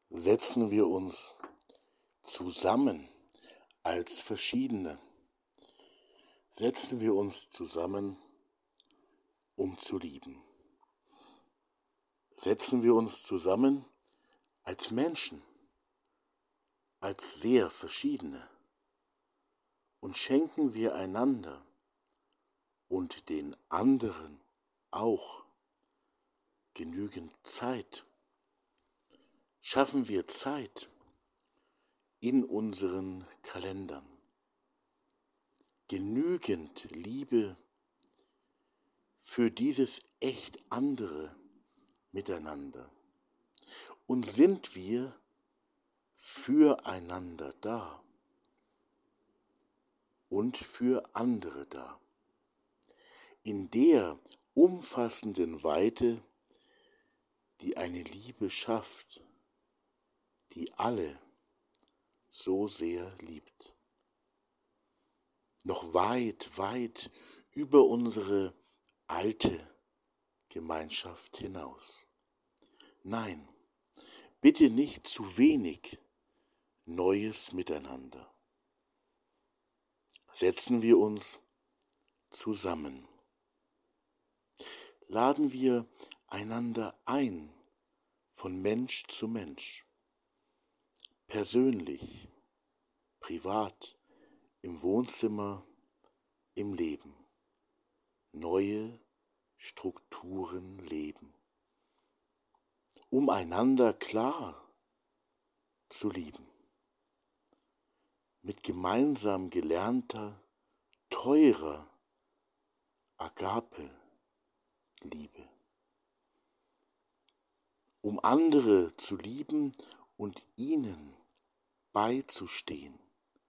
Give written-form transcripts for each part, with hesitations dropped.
Setzen wir uns zusammen als Verschiedene. Setzen wir uns zusammen, um zu lieben. Setzen wir uns zusammen als Menschen, als sehr Verschiedene und schenken wir einander und den anderen auch genügend Zeit. Schaffen wir Zeit in unseren Kalendern. Genügend Liebe für dieses echt andere Miteinander. Und sind wir füreinander da und für andere da. In der umfassenden Weite, die eine Liebe schafft, die alle so sehr liebt. Noch weit, weit über unsere alte Gemeinschaft hinaus. Nein, bitte nicht zu wenig neues Miteinander. Setzen wir uns zusammen. Laden wir einander ein, von Mensch zu Mensch. Persönlich, privat, im Wohnzimmer, im Leben. Neue Strukturen leben. Um einander klar zu lieben. Mit gemeinsam gelernter, teurer Agape-Liebe. Um andere zu lieben und ihnen beizustehen.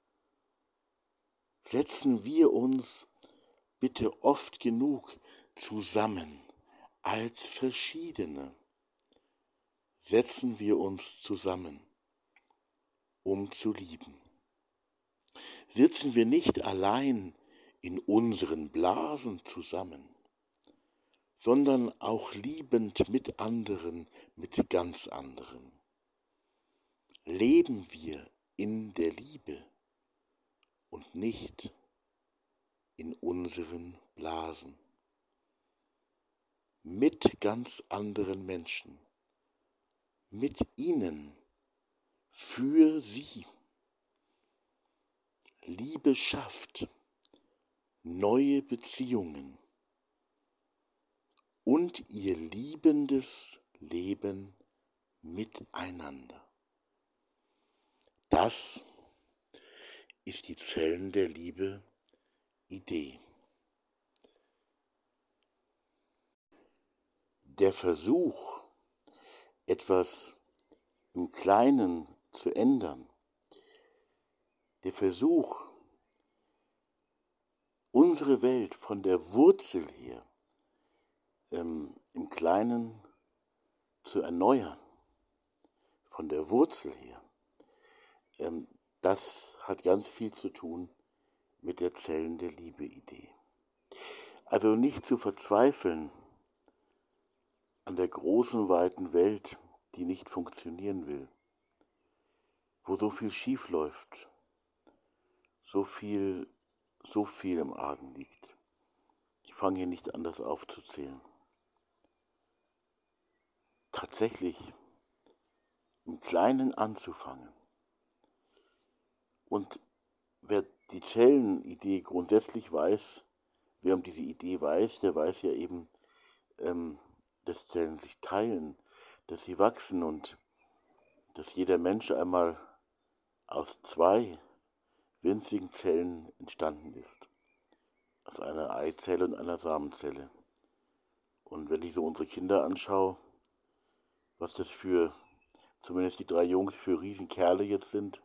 Setzen wir uns bitte oft genug zusammen als Verschiedene. Setzen wir uns zusammen, um zu lieben. Sitzen wir nicht allein in unseren Blasen zusammen, sondern auch liebend mit anderen, mit ganz anderen. Leben wir in der Liebe und nicht in unseren Blasen. Mit ganz anderen Menschen, mit ihnen, für sie. Liebe schafft neue Beziehungen und ihr liebendes Leben miteinander. Das ist die Zellen der Liebe Idee. Der Versuch, etwas im Kleinen zu ändern, der Versuch, unsere Welt von der Wurzel her im Kleinen zu erneuern, von der Wurzel her, das hat ganz viel zu tun mit der Zellen der Liebe-Idee. Also nicht zu verzweifeln an der großen, weiten Welt, die nicht funktionieren will, wo so viel schief läuft, so viel im Argen liegt. Ich fange hier nicht an, das aufzuzählen. Tatsächlich im Kleinen anzufangen. Und wer die Zellenidee grundsätzlich weiß, wer um diese Idee weiß, der weiß ja eben, dass Zellen sich teilen, dass sie wachsen und dass jeder Mensch einmal aus zwei winzigen Zellen entstanden ist. Aus einer Eizelle und einer Samenzelle. Und wenn ich so unsere Kinder anschaue, was das für, zumindest die 3 Jungs, für Riesenkerle jetzt sind,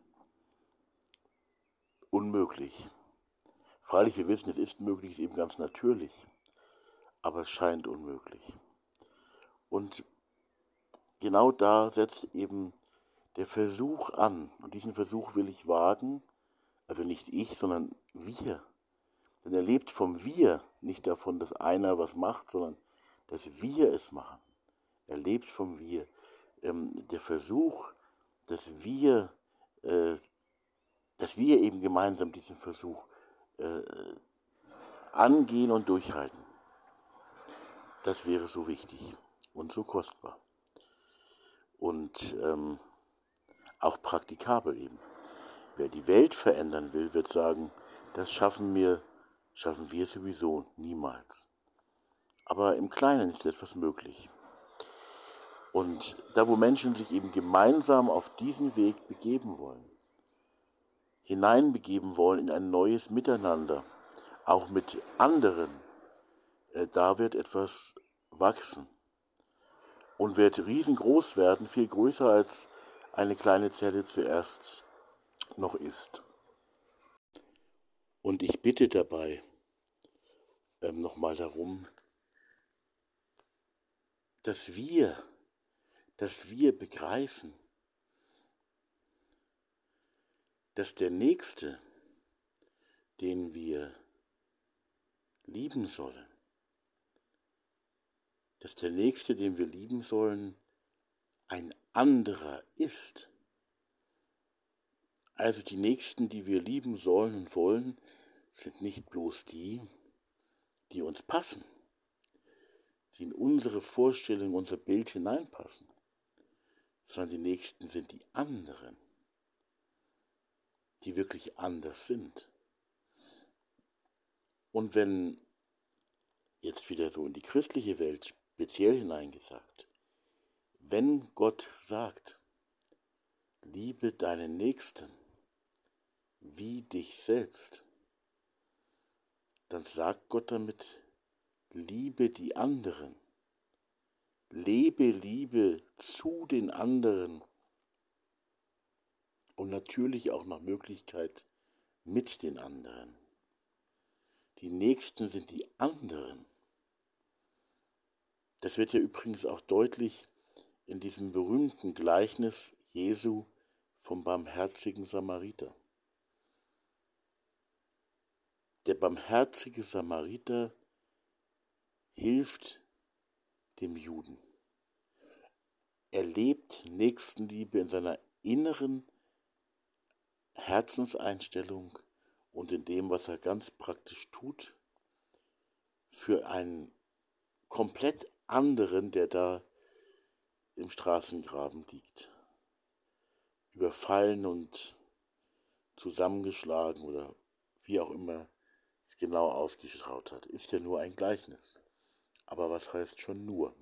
unmöglich. Freilich, wir wissen, es ist möglich, es ist eben ganz natürlich, aber es scheint unmöglich. Und genau da setzt eben der Versuch an, und diesen Versuch will ich wagen, also nicht ich, sondern wir. Denn er lebt vom Wir, nicht davon, dass einer was macht, sondern dass wir es machen. Er lebt vom Wir. Der Versuch, dass wir, äh, dass wir eben gemeinsam diesen Versuch äh, angehen und durchhalten. Das wäre so wichtig und so kostbar und auch praktikabel eben. Wer die Welt verändern will, wird sagen, das schaffen wir sowieso niemals. Aber im Kleinen ist etwas möglich. Und da, wo Menschen sich eben gemeinsam auf diesen Weg begeben wollen, hineinbegeben wollen in ein neues Miteinander, auch mit anderen, da wird etwas wachsen und wird riesengroß werden, viel größer als eine kleine Zelle zuerst noch ist. Und ich bitte dabei nochmal darum, dass wir begreifen, dass der Nächste, den wir lieben sollen, ein anderer ist. Also die Nächsten, die wir lieben sollen und wollen, sind nicht bloß die, die uns passen, die in unsere Vorstellung, unser Bild hineinpassen, sondern die Nächsten sind die anderen, die wirklich anders sind. Und wenn jetzt wieder so in die christliche Welt speziell hineingesagt, wenn Gott sagt, liebe deinen Nächsten wie dich selbst, dann sagt Gott damit, liebe die anderen, lebe Liebe zu den anderen und natürlich auch nach Möglichkeit mit den anderen. Die Nächsten sind die anderen. Das wird ja übrigens auch deutlich in diesem berühmten Gleichnis Jesu vom barmherzigen Samariter. Der barmherzige Samariter hilft dem Juden. Er lebt Nächstenliebe in seiner inneren Herzenseinstellung und in dem, was er ganz praktisch tut, für einen komplett anderen, der da im Straßengraben liegt. Überfallen und zusammengeschlagen oder wie auch immer es genau ausgeschaut hat. Ist ja nur ein Gleichnis. Aber was heißt schon nur?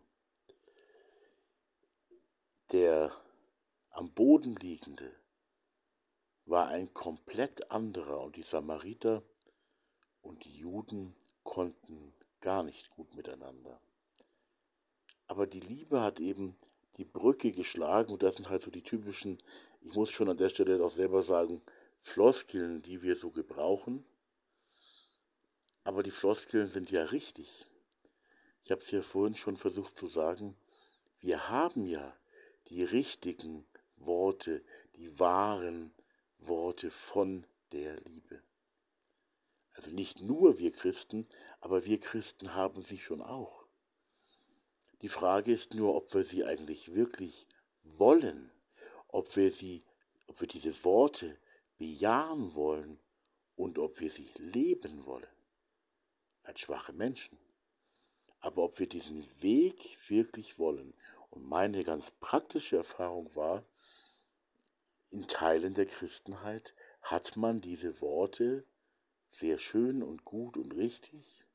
Der am Boden liegende war ein komplett anderer und die Samariter und die Juden konnten gar nicht gut miteinander. Aber die Liebe hat eben die Brücke geschlagen und das sind halt so die typischen, ich muss schon an der Stelle auch selber sagen, Floskeln, die wir so gebrauchen. Aber die Floskeln sind ja richtig. Ich habe es ja vorhin schon versucht zu sagen, wir haben ja die richtigen Worte, die wahren Worte von der Liebe. Also nicht nur wir Christen, aber wir Christen haben sie schon auch. Die Frage ist nur, ob wir sie eigentlich wirklich wollen, ob wir diese Worte bejahen wollen und ob wir sie leben wollen, als schwache Menschen. Aber ob wir diesen Weg wirklich wollen. Und meine ganz praktische Erfahrung war, in Teilen der Christenheit hat man diese Worte sehr schön und gut und richtig,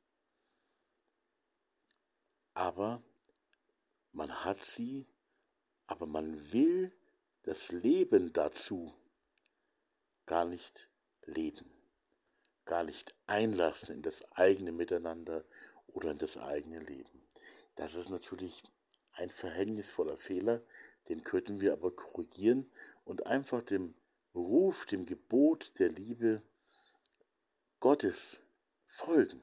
aber man hat sie, aber man will das Leben dazu gar nicht leben, gar nicht einlassen in das eigene Miteinander oder in das eigene Leben. Das ist natürlich ein verhängnisvoller Fehler, den könnten wir aber korrigieren und einfach dem Ruf, dem Gebot der Liebe Gottes folgen.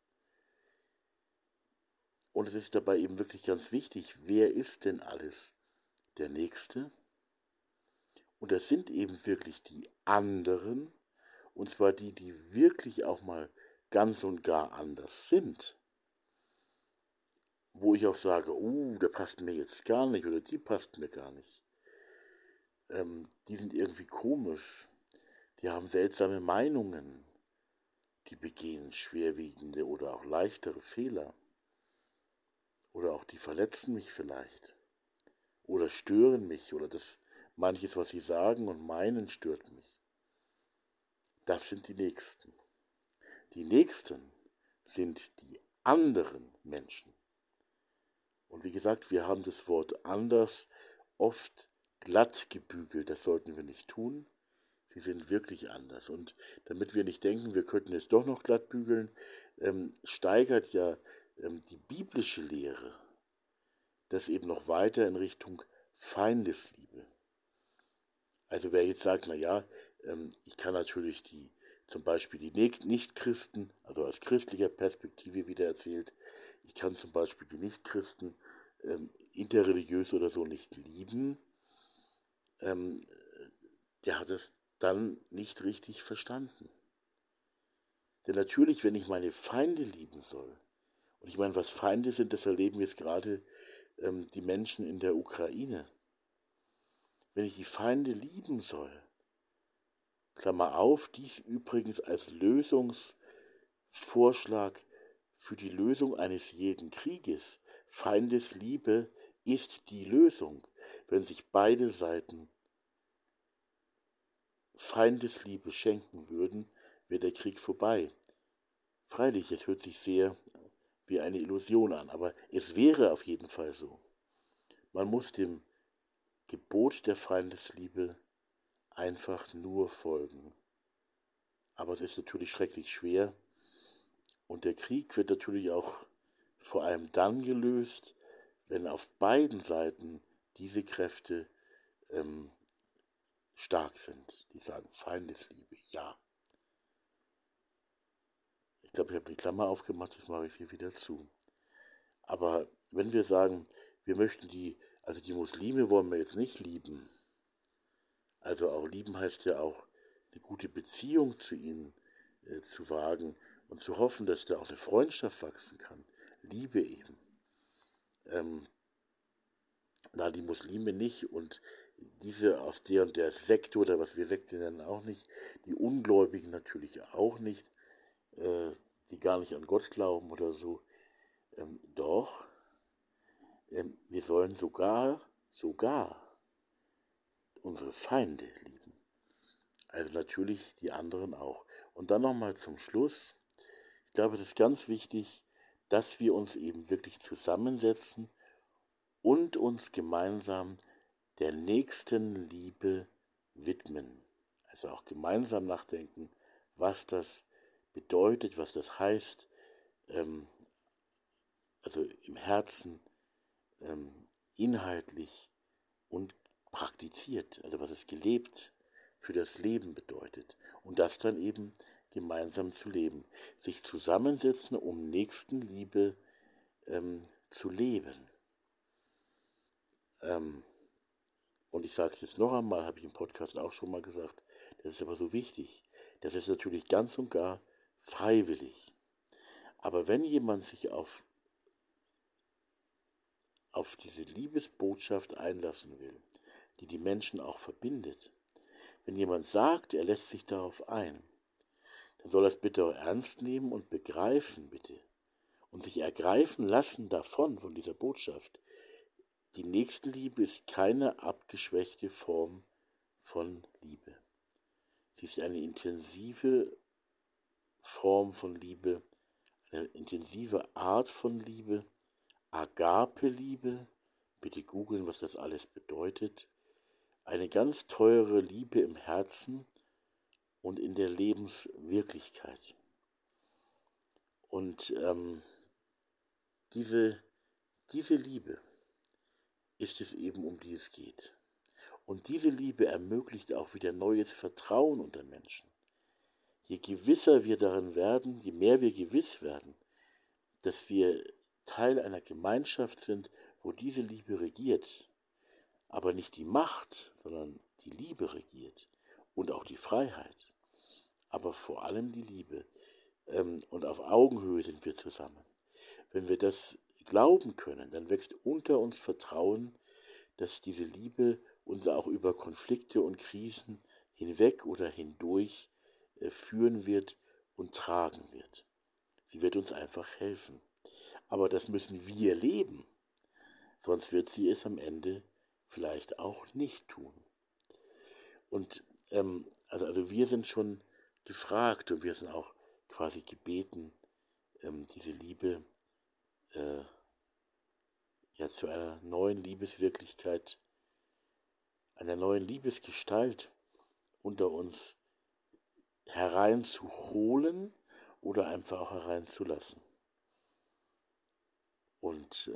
Und es ist dabei eben wirklich ganz wichtig, wer ist denn alles der Nächste? Und das sind eben wirklich die anderen, und zwar die, die wirklich auch mal ganz und gar anders sind. Wo ich auch sage, der passt mir jetzt gar nicht oder die passt mir gar nicht. die sind irgendwie komisch, die haben seltsame Meinungen, die begehen schwerwiegende oder auch leichtere Fehler oder auch die verletzen mich vielleicht oder stören mich oder das manches, was sie sagen und meinen, stört mich. Das sind die Nächsten. Die Nächsten sind die anderen Menschen. Und wie gesagt, wir haben das Wort anders oft glatt gebügelt. Das sollten wir nicht tun. Sie sind wirklich anders. Und damit wir nicht denken, wir könnten es doch noch glatt bügeln, steigert ja die biblische Lehre das eben noch weiter in Richtung Feindesliebe. Also wer jetzt sagt, na ja, ich kann natürlich zum Beispiel die Nichtchristen, also aus christlicher Perspektive wieder erzählt, ich kann zum Beispiel die Nichtchristen interreligiös oder so nicht lieben, ähm, der hat es dann nicht richtig verstanden. Denn natürlich, wenn ich meine Feinde lieben soll, und ich meine, was Feinde sind, das erleben jetzt gerade die Menschen in der Ukraine. Wenn ich die Feinde lieben soll, Klammer auf, dies übrigens als Lösungsvorschlag für die Lösung eines jeden Krieges. Feindesliebe ist die Lösung. Wenn sich beide Seiten Feindesliebe schenken würden, wäre der Krieg vorbei. Freilich, es hört sich sehr wie eine Illusion an, aber es wäre auf jeden Fall so. Man muss dem Gebot der Feindesliebe einfach nur folgen. Aber es ist natürlich schrecklich schwer und der Krieg wird natürlich auch vor allem dann gelöst, wenn auf beiden Seiten diese Kräfte stark sind. Die sagen Feindesliebe, ja. Ich glaube, ich habe die Klammer aufgemacht, jetzt mache ich sie wieder zu. Aber wenn wir sagen, wir möchten die Muslime wollen wir jetzt nicht lieben. Also auch lieben heißt ja auch eine gute Beziehung zu ihnen zu wagen und zu hoffen, dass da auch eine Freundschaft wachsen kann. Liebe eben. Die Muslime nicht und diese aus der und der Sekte oder was wir Sekte nennen auch nicht, die Ungläubigen natürlich auch nicht, die gar nicht an Gott glauben oder so. Doch, wir sollen sogar unsere Feinde lieben. Also natürlich die anderen auch. Und dann nochmal zum Schluss. Ich glaube, es ist ganz wichtig, dass wir uns eben wirklich zusammensetzen und uns gemeinsam der nächsten Liebe widmen. Also auch gemeinsam nachdenken, was das bedeutet, was das heißt, also im Herzen, inhaltlich und praktiziert, also was es gelebt für das Leben bedeutet. Und das dann eben gemeinsam zu leben. Sich zusammensetzen, um Nächstenliebe zu leben. Und ich sage es jetzt noch einmal, habe ich im Podcast auch schon mal gesagt, das ist aber so wichtig. Das ist natürlich ganz und gar freiwillig. Aber wenn jemand sich auf diese Liebesbotschaft einlassen will, die die Menschen auch verbindet, wenn jemand sagt, er lässt sich darauf ein, dann soll er es bitte auch ernst nehmen und begreifen, bitte. Und sich ergreifen lassen davon, von dieser Botschaft. Die Nächstenliebe ist keine abgeschwächte Form von Liebe. Sie ist eine intensive Form von Liebe, eine intensive Art von Liebe, Agape-Liebe, bitte googeln, was das alles bedeutet, eine ganz teure Liebe im Herzen und in der Lebenswirklichkeit. Und diese Liebe ist es eben, um die es geht. Und diese Liebe ermöglicht auch wieder neues Vertrauen unter Menschen. Je gewisser wir darin werden, je mehr wir gewiss werden, dass wir Teil einer Gemeinschaft sind, wo diese Liebe regiert, aber nicht die Macht, sondern die Liebe regiert und auch die Freiheit, aber vor allem die Liebe. Und auf Augenhöhe sind wir zusammen. Wenn wir das glauben können, dann wächst unter uns Vertrauen, dass diese Liebe uns auch über Konflikte und Krisen hinweg oder hindurch führen wird und tragen wird. Sie wird uns einfach helfen. Aber das müssen wir leben, sonst wird sie es am Ende vielleicht auch nicht tun. Und also wir sind schon gefragt und wir sind auch quasi gebeten, diese Liebe ja zu einer neuen Liebeswirklichkeit, einer neuen Liebesgestalt unter uns hereinzuholen oder einfach auch hereinzulassen. Und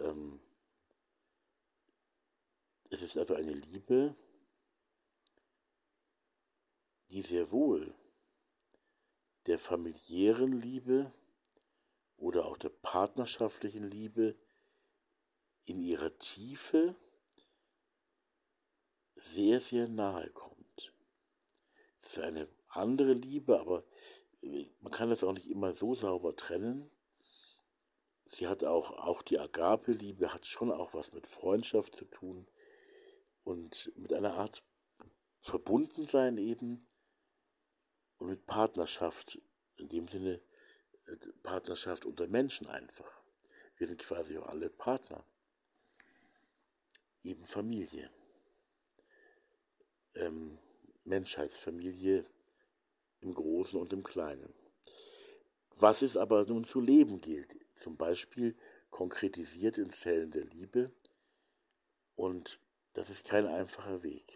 es ist also eine Liebe, die sehr wohl der familiären Liebe oder auch der partnerschaftlichen Liebe in ihrer Tiefe sehr, sehr nahe kommt. Es ist eine andere Liebe, aber man kann das auch nicht immer so sauber trennen. Sie hat auch die Agape-Liebe hat schon auch was mit Freundschaft zu tun und mit einer Art Verbundensein eben und mit Partnerschaft, in dem Sinne Partnerschaft unter Menschen einfach. Wir sind quasi auch alle Partner, eben Familie, Menschheitsfamilie im Großen und im Kleinen. Was es aber nun zu leben gilt, zum Beispiel konkretisiert in Zellen der Liebe, und das ist kein einfacher Weg.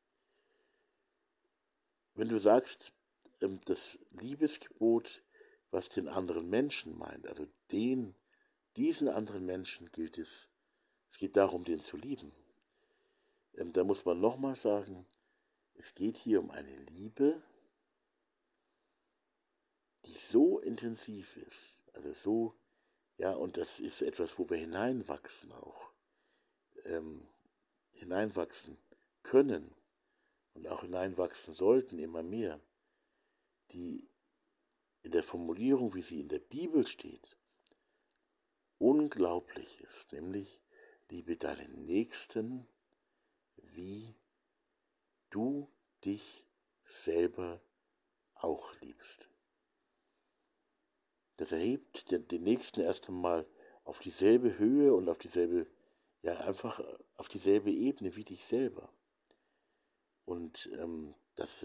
Wenn du sagst, das Liebesgebot, was den anderen Menschen meint, also diesen anderen Menschen gilt es geht darum, den zu lieben. Da muss man nochmal sagen, es geht hier um eine Liebe, die so intensiv ist, also so, ja, und das ist etwas, wo wir hineinwachsen auch, hineinwachsen können und auch hineinwachsen sollten, immer mehr, die in der Formulierung, wie sie in der Bibel steht, unglaublich ist, nämlich liebe deinen Nächsten, wie du dich selber auch liebst. Das erhebt den Nächsten erst einmal auf dieselbe Höhe und auf dieselbe, ja einfach auf dieselbe Ebene wie dich selber. Und das ist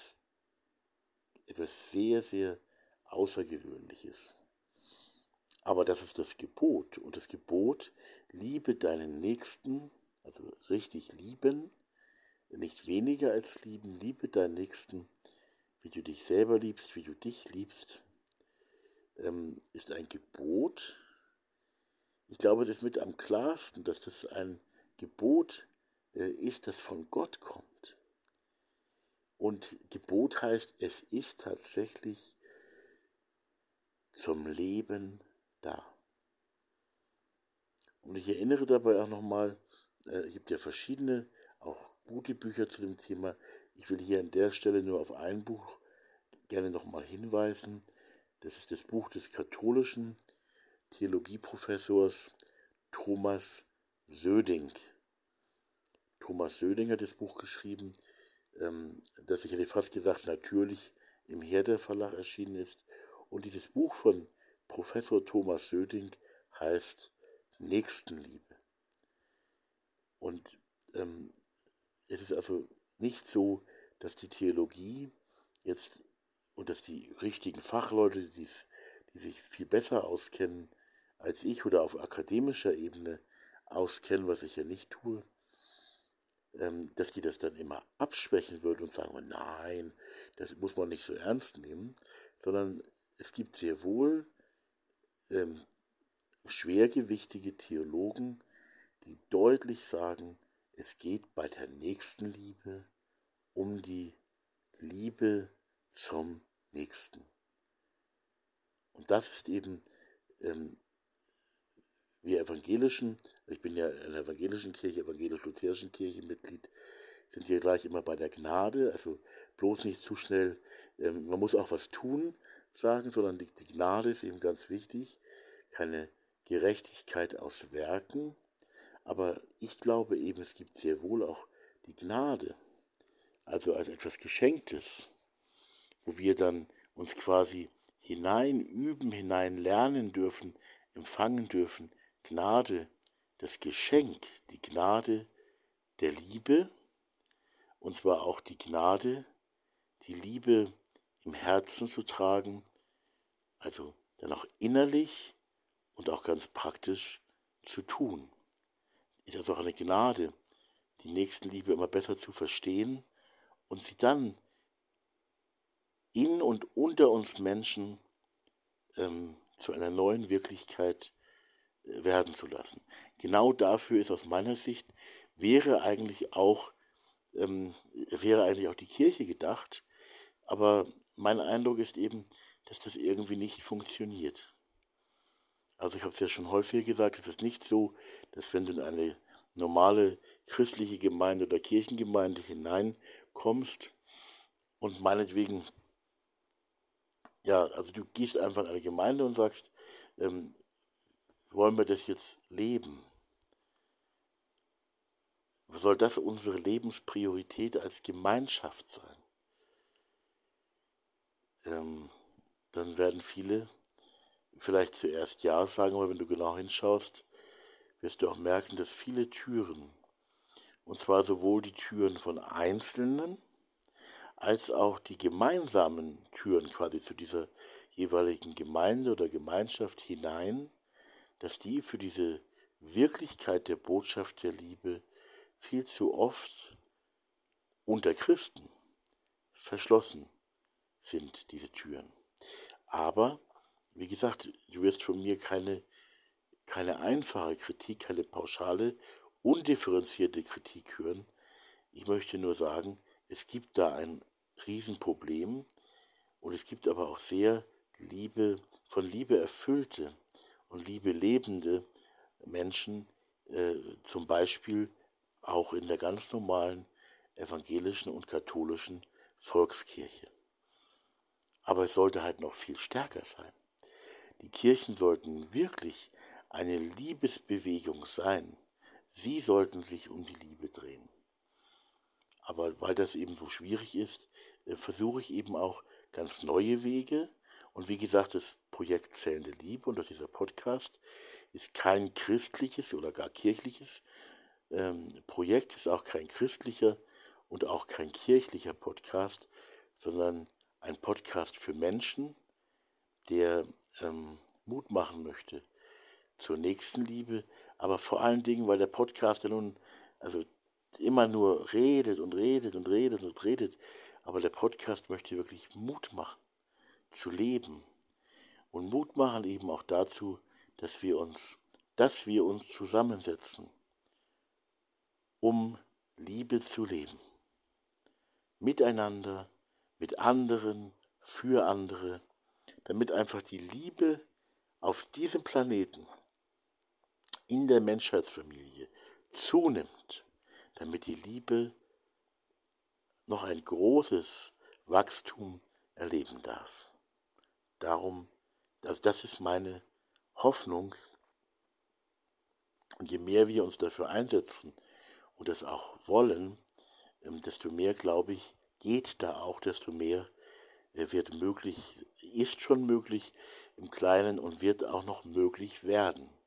etwas sehr, sehr Außergewöhnliches. Aber das ist das Gebot. Und das Gebot, liebe deinen Nächsten, also richtig lieben, nicht weniger als lieben, liebe deinen Nächsten, wie du dich selber liebst, wie du dich liebst, ist ein Gebot. Ich glaube, es ist mit am klarsten, dass das ein Gebot ist, das von Gott kommt. Und Gebot heißt, es ist tatsächlich zum Leben da. Und ich erinnere dabei auch nochmal, es gibt ja verschiedene, auch gute Bücher zu dem Thema. Ich will hier an der Stelle nur auf ein Buch gerne nochmal hinweisen. Das ist das Buch des katholischen Theologieprofessors Thomas Söding. Thomas Söding hat das Buch geschrieben, das, ich hätte fast gesagt, natürlich im Herder Verlag erschienen ist. Und dieses Buch von Professor Thomas Söding heißt Nächstenliebe. Und es ist also nicht so, dass die Theologie jetzt und dass die richtigen Fachleute, die sich viel besser auskennen als ich oder auf akademischer Ebene auskennen, was ich ja nicht tue, dass die das dann immer abschwächen würden und sagen, oh nein, das muss man nicht so ernst nehmen, sondern es gibt sehr wohl schwergewichtige Theologen, die deutlich sagen, es geht bei der Nächstenliebe um die Liebe zum Nächsten. Und das ist eben, wir Evangelischen, ich bin ja in der evangelischen Kirche, evangelisch-lutherischen Kirche Mitglied, sind hier gleich immer bei der Gnade, also bloß nicht zu schnell, man muss auch was tun, sagen, sondern die Gnade ist eben ganz wichtig, keine Gerechtigkeit aus Werken, aber ich glaube eben, es gibt sehr wohl auch die Gnade, also als etwas Geschenktes, wo wir dann uns quasi hineinüben, hineinlernen dürfen, empfangen dürfen, Gnade, das Geschenk, die Gnade der Liebe, und zwar auch die Gnade, die Liebe im Herzen zu tragen, also dann auch innerlich und auch ganz praktisch zu tun. Ist also auch eine Gnade, die Nächstenliebe immer besser zu verstehen und sie dann in und unter uns Menschen zu einer neuen Wirklichkeit werden zu lassen. Genau dafür ist aus meiner Sicht, wäre eigentlich auch, wäre eigentlich auch die Kirche gedacht, aber mein Eindruck ist eben, dass das irgendwie nicht funktioniert. Also ich habe es ja schon häufiger gesagt, es ist nicht so, dass wenn du in eine normale christliche Gemeinde oder Kirchengemeinde hineinkommst und meinetwegen, ja, also du gehst einfach in eine Gemeinde und sagst, ähm, wollen wir das jetzt leben? Soll das unsere Lebenspriorität als Gemeinschaft sein? Dann werden viele vielleicht zuerst Ja sagen, aber wenn du genau hinschaust, wirst du auch merken, dass viele Türen, und zwar sowohl die Türen von Einzelnen, als auch die gemeinsamen Türen quasi zu dieser jeweiligen Gemeinde oder Gemeinschaft hinein, dass die für diese Wirklichkeit der Botschaft der Liebe viel zu oft unter Christen verschlossen sind, diese Türen. Aber, wie gesagt, du wirst von mir keine einfache Kritik, keine pauschale, undifferenzierte Kritik hören. Ich möchte nur sagen, es gibt da ein Riesenproblem und es gibt aber auch sehr von Liebe erfüllte und Liebe lebende Menschen, zum Beispiel auch in der ganz normalen evangelischen und katholischen Volkskirche. Aber es sollte halt noch viel stärker sein. Die Kirchen sollten wirklich eine Liebesbewegung sein. Sie sollten sich um die Liebe drehen. Aber weil das eben so schwierig ist, versuche ich eben auch ganz neue Wege. Und wie gesagt, das Projekt Zellende Liebe und auch dieser Podcast ist kein christliches oder gar kirchliches Projekt, ist auch kein christlicher und auch kein kirchlicher Podcast, sondern ein Podcast für Menschen, der Mut machen möchte zur Nächstenliebe, aber vor allen Dingen, weil der Podcast ja nun also immer nur redet und redet und redet und redet, aber der Podcast möchte wirklich Mut machen zu leben und Mut machen eben auch dazu, dass wir uns zusammensetzen, um Liebe zu leben, miteinander, mit anderen, für andere, damit einfach die Liebe auf diesem Planeten, in der Menschheitsfamilie zunimmt, damit die Liebe noch ein großes Wachstum erleben darf. Darum, also das ist meine Hoffnung. Und je mehr wir uns dafür einsetzen und das auch wollen, desto mehr, glaube ich, geht da auch, desto mehr wird möglich, ist schon möglich im Kleinen und wird auch noch möglich werden.